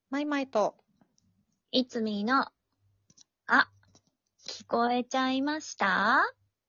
マイマイと、 いつみの、あ、聞こえちゃいました？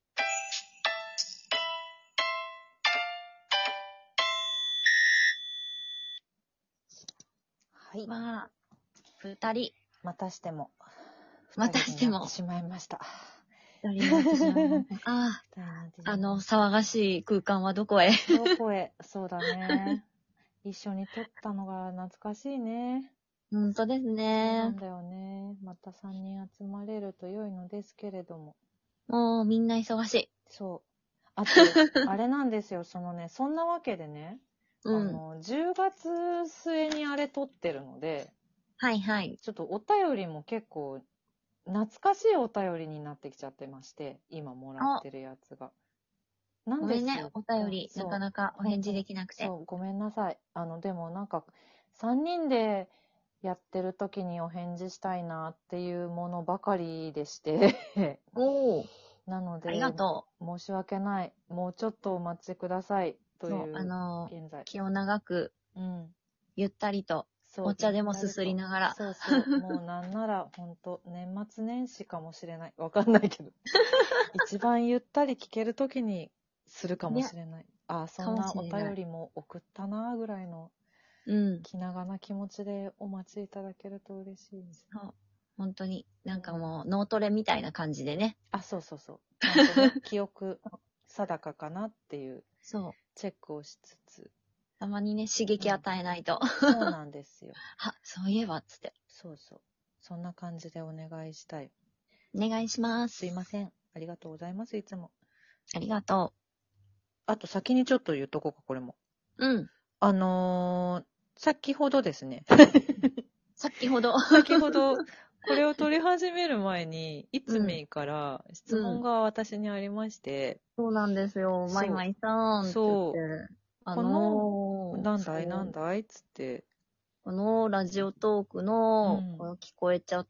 はい。 まあ、二人、 またしても、 またしても二人になってしまいました。 二人になってしまいました。あ二人になってしあ、 まいまし騒がしい空間はどこへ？ た。どこへ、そうだね。一緒に撮ったのが懐かしいね。 本当ですそうなね。 んだよね。また3人集まれると良いのですけれども。 もうみんな忙しい。 そう。あと、あれなんですよ。そんなわけでね、 うん。 10月末にあれ撮ってるので、 はいはい。 ちょっとお便りも結構、懐かしいお便りになってきちゃってまして、今もらってるやつが。なんでごめんね、 すお便が、 り、なかそう、 なかお返事本当に、 できなくて。 そう、ごめんなさい。でもなんか、3人でやってる時にお返事したいなっていうものばかりでしておー、 なのありがで、 と申し訳ない。もうちょっとお待ちください。 う。そう、 という、現在。 気を長く、 うん。 ゆったりと、 そう、 お茶でもすすりながら。 そうそう。もうなんなら、ほんと、年末年始かもしれない。わかんないけど。一番ゆったり聞ける時にするかもしね、 れない。あ、そかもんなおしれない。 便りも送ったなぐらいのうん。 気長な気持ちでお待ちいただけると嬉しいです。 そう。本当に、なんかうん、 もう、脳トレみたいな感じでね。 あ、そうそうそう。ちゃんとね、記憶定かかなっていうそう。 チェックをしつつ。 たまにね、刺激与えないと。 そうなんですよ。 あ、そういえば、つって。 そうそう。そんな感じでお願いしたい。 お願いしますいす。 ません。ありがとうございます、いつも。 ありがとあと先にちょっと言っとこうか、これも。 う。うん。 あのー先ほどですね。 先ほど。 先ほど、これを撮り始める前に、いつうん。 みから質うん。 問が私にありまして、 そうなんですよ。マイそマイさう、 んって言っそう、 て。 なんだいなんそう。 だいっつって、 このラジオトークの、こうん、 れ聞こえちゃって、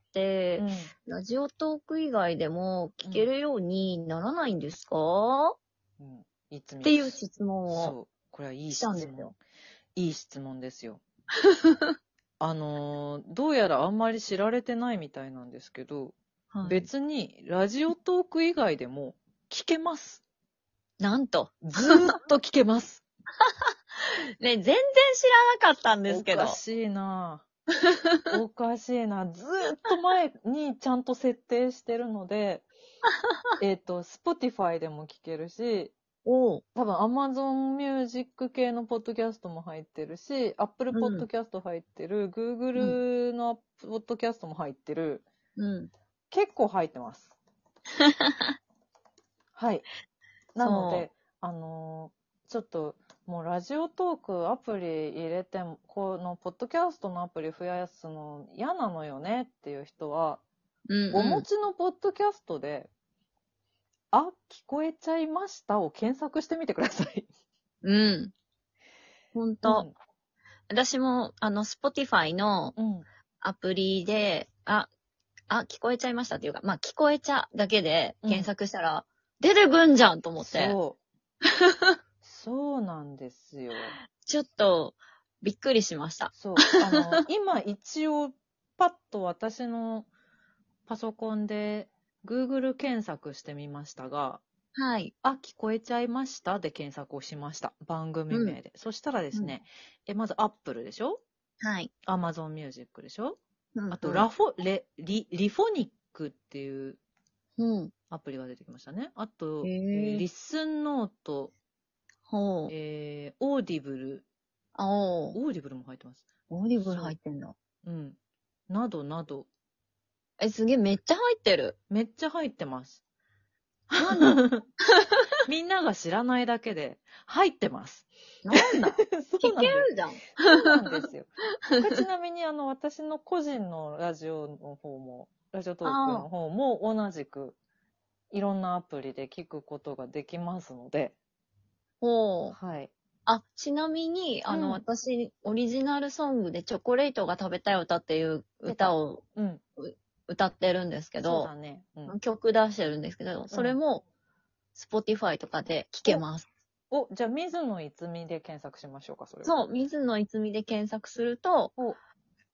うん、 ラジオトーク以外でも聞うん、 けるようにならないんですか？ うん、いつみ、 っていう質問をそう、これはいいしたん質問。 ですよ。 いい質問ですよ。どうやらあんまり知られてないみたいなんですけど、 はい。 別にラジオトーク以外でも聞けます。 なんと。 ずーっと聞けます。 ね、全然知らなかったんですおけど。 かしいなおかしいな。ずーっと前にちゃんと設定してるので、Spotify でも聞けるし、 おう。 多分 Amazon Music 系のポッドキャストも入ってるし、Apple うん。 Podcast 入ってる、 うん。 Google のポッドキャストも入ってる。 うん。 結構入ってます。はい。なのそで、ちょっと、もうラジオトークアプリ入れても、このポッドキャストのアプリ増やすの嫌なのよねっていう人は、 う。うんお持うん。 ちのポッドキャストで、あ、聞こえちゃいましたを検索してみてください。 うん。ほんと。 うん。 私も、Spotify のうん。 アプリで、聞こえちゃいましたっていうか、まあ、聞こえちゃだけで検うん。 索したら、出てくんじゃんと思って、 そう。そうなんですよ。 ちょっと、びっくりしました。 そう。今一応、パッと私のパソコンで Google 検索してみましたが、 はい。 あ、聞こえちゃいましたで検索をしました。番組うん。 名で。そしたらでうん。 すね、まず Apple でしょ？ はい。 Amazon Music でしょ？あと、 うん。 リフォニックっていううん。 アプリが出てきましたね。あと、 へえ。 リスンノート、 ほう。 オーディブル、 おー。 オーディブルも入ってます。 オーディブル入そってんだ。 う。うん。などなど、 すげえ、めっちゃ入ってる。 めっちゃ入ってます。 何？ みんなが知らないだけで、入ってます。 なんだ？ そう聞けなんです。 るじゃん。 そうなんですよ。これちなみに私の個人のラジオの方も、ラジオトークああ。 の方も同じくいろんなアプリで聞くことができますので、 ほう。 はい。 ちなみに、 うん。 私、オリジナルソングでチョコレートが食べたい歌っていう出た。 歌をうん。 歌ってるんですけど、 そうだね。うん。 曲出してるんですけど、 うん。 それも、Spotify とかで聴けお、 ます。 じゃあ、水野いつみで検索しましょうか、それは。 そう、水野いつみで検索すると、 お、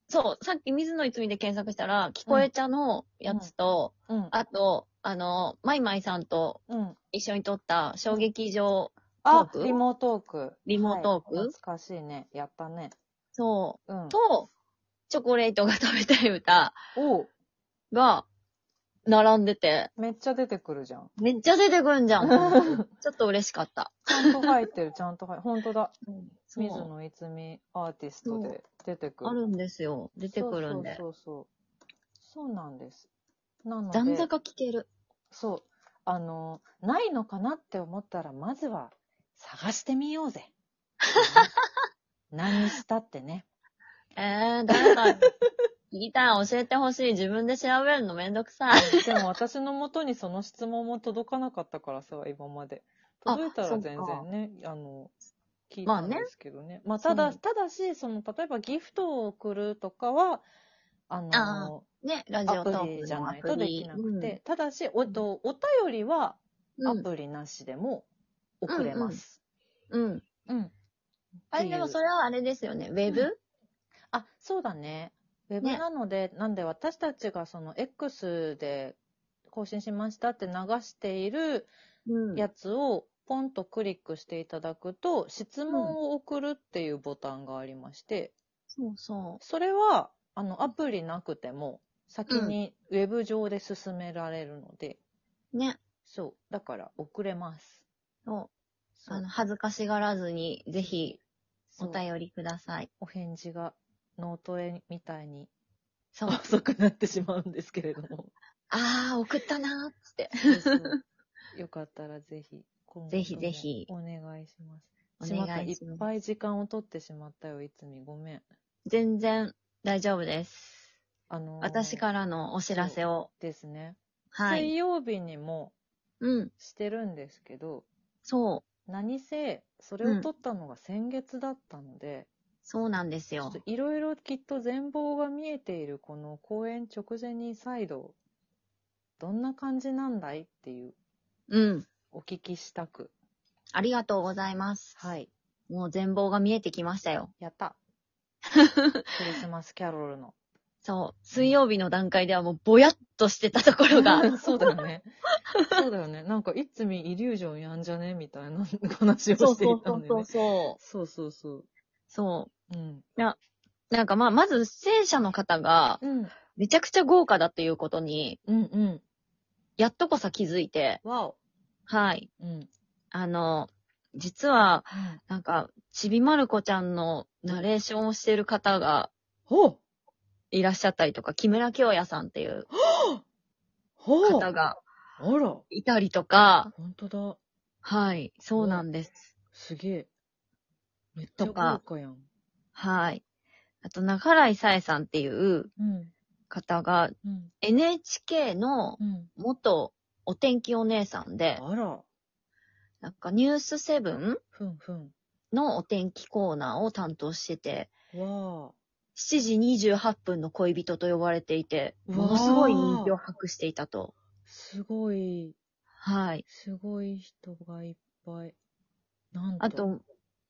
そう、さっき水野いつみで検索したら、聞こえ茶のやつと、 うん。 あと、マイマイさんとうん。 一緒に撮った衝撃場トあー、クリモートーク。 リモートーク、 はい、懐かしいね。やったね。 そう。 うん。 と、チョコレートが食べたい歌おう、 が並んでて、 めっちゃ出てくるじゃん。 めっちゃ出てくんじゃんと思って、ちょっと嬉しかった。 ちゃんと入ってる、ちゃんと入ってる。ほんとだ。水そう。 野いつみアーティストで出てくる。 あるんですよ。出てくるんで。 そうそうそうそう。そうなんです。なの残で、 高聞ける。 そう。ないのかなって思ったら、まずは探してみようぜ。何にしたってね。 誰か聞きたい、教えてほしい。自分で調べるのめんどくさい。 でも私のもとにその質問も届かなかったからさ、今まで。届いたら全然ね、聞いたんですけどね。まあ、ただし、例えばギフトを送るとかは、 ね、ラジアプオトークリじゃないのアプリ。 とできなくて、ただし、お便りはアプリなしでも送れます。 うん。 うん。 あれ、でもそれはあれですよね。ウェブ、 あ、そうだね。ウェブね。 なので、なんで私たちがその X で更新しましたって流しているやつをポンとクリックしていただくと、質問を送るっていうボタンがありまして、 そうそそれは、アプリなくても、先にウェブ上で進められるので、 ね。 そう。だから送れます。 そう。 そう。 恥ずかしがらずに、ぜひ、 そうお便りください。 お返事が脳トレみたいにそう。 遅くなってしまうんですけれども。 送ったなーっつって。 そうそうよかったらぜひ、今後ぜひぜひともお願いします。 おしまった。いっ願いします。 ぱい時間を取ってしまったよ、いつみ。ごめん。 全然大丈夫です。私らからのお知らせを。 ですね。 はい。 水曜日にもうん。 してるんですけど、 そ何せ、それを撮ったのが先月だったので、 そうなんですよ。 ちょっといろいろきっと全貌が見えているこの公演直前に再度、どんな感じなんだいっていう、お聞きしたく。 ありがとうございます。 はい。 もう全貌が見えてきましたよ。 やった。クリスマスキャロルの。 そう。水曜日の段階ではもうぼやっとしてたところが。 そうだよね。そうだよね。なんか、いつみイリュージョンやんじゃねみたいな話をしていたんでね。そうそうそう。 そう。 うん。 なんかまず出演者の方が、めちゃくちゃ豪華だっていうことに、やっとこさ気づいて、 わお。 はい。 うん。 実は、なんか、ちびまる子ちゃんのナレーションをしてる方がいらっしゃったりとか、木村京也さんっていう方がいたりとか、 ほんとだ。 はい、そうなんです。 すげえ。めっちゃ豪華やん。 はい。あと、中来さえさんっていう方が、NHK の元お天気お姉さんで、なんかニュースセブンのお天気コーナーを担当してて、7時28分の恋人と呼ばれていて、ものすごい人気を博していたと。 すごい。 はい。 すごい人がいっぱい。なんと。 あと、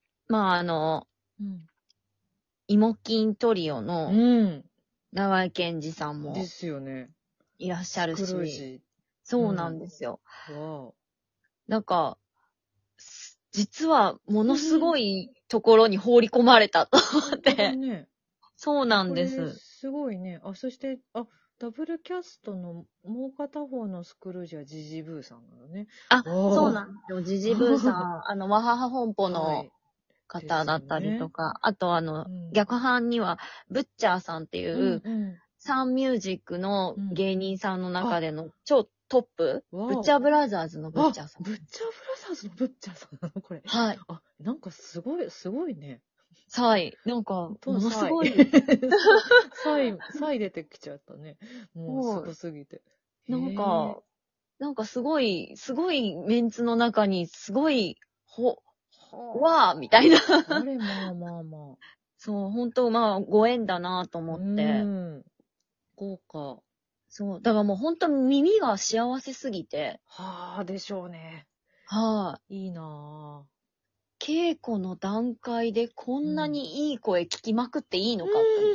イモキントリオの、長井健二さんも、 ですよね。 いらっしゃるスクルージ。 そうなんですよ。 わなんか、実はものすごいところに放り込まれたと思って。 ね、 そうなんです。 すごいね。そして、ダブルキャストのもう片方のスクルージはジジブーさんなのね。 そうなんですよ。ジジブーさん、ワハハ本舗の方だったりとか、あと逆版には、ブッチャーさんっていう、サンミュージックの芸人さんの中での超トップ、ブッチャーブラザーズのブッチャーさん。 ブッチャーブラザーズのブッチャーさんなのこれ。 はい。 なんかすごいね。 はい。なんか、ものすごい。 サイ出てきちゃったね。もうすごすぎて。 なんかすごいメンツの中に、すごい、わーみたいな。 あれ、まあまあまあ。 そう、本当ご縁だなと思って。 豪華。 そう、だからもう本当耳が幸せすぎて。 でしょうね。いいなぁ。 稽古の段階でこんなにいい声聞きまくっていいのかって思って。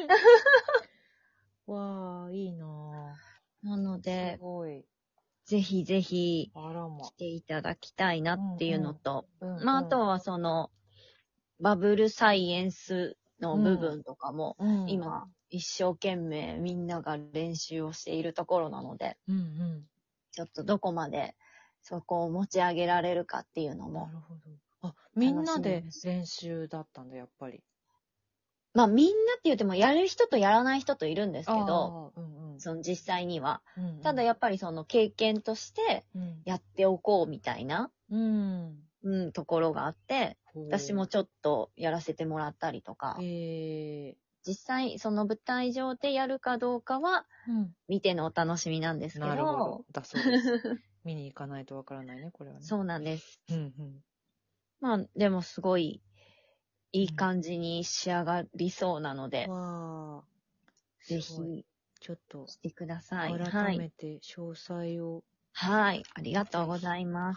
わー、いいなぁ。 なので、 すごい。 ぜひぜひ、 あらま。 来ていただきたいなっていうのと、 あとはバブルサイエンスの部分とかも、今、一生懸命みんなが練習をしているところなので、ちょっとどこまでそこを持ち上げられるかっていうのも。 なるほど。みんなで練習だったんだ、やっぱり。 みんなって言ってもやる人とやらない人といるんですけど、実際には。ただやっぱり経験としてやっておこうみたいな、ところがあって、私もちょっとやらせてもらったりとか、実際舞台上でやるかどうかは、見てのお楽しみなんですけど。 なるほど。だそうです。見に行かないとわからないね、これはね。 そうなんです。でもすごい、いい感じに仕上がりそうなので、ぜひ、 ちょっと、 してください。 改めて詳細を。 はい、ありがとうございます。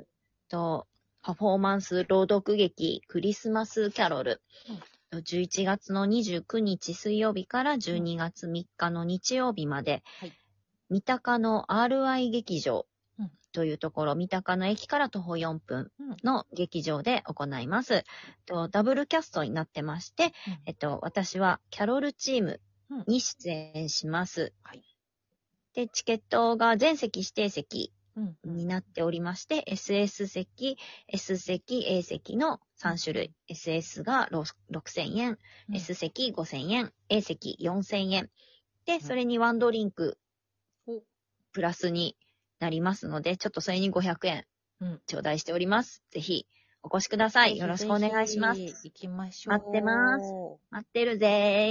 パフォーマンス朗読劇クリスマスキャロル。11月の29日水曜日から12月3日の日曜日まで、三鷹の RI 劇場というところ、三鷹の駅から徒歩4分の劇場で行います。ダブルキャストになってまして、私はキャロルチームに出演します。で、チケットが全席指定席になっておりまして、SS 席、S 席、A 席の3種類。SS が6000円、S 席5000円、A 席4000円。で、それにワンドリンクプラスになりますので、ちょっとそれに500円頂戴しております。ぜひお越しください。よろしくお願いします。 行きましょう。 待ってます。待ってるぜー。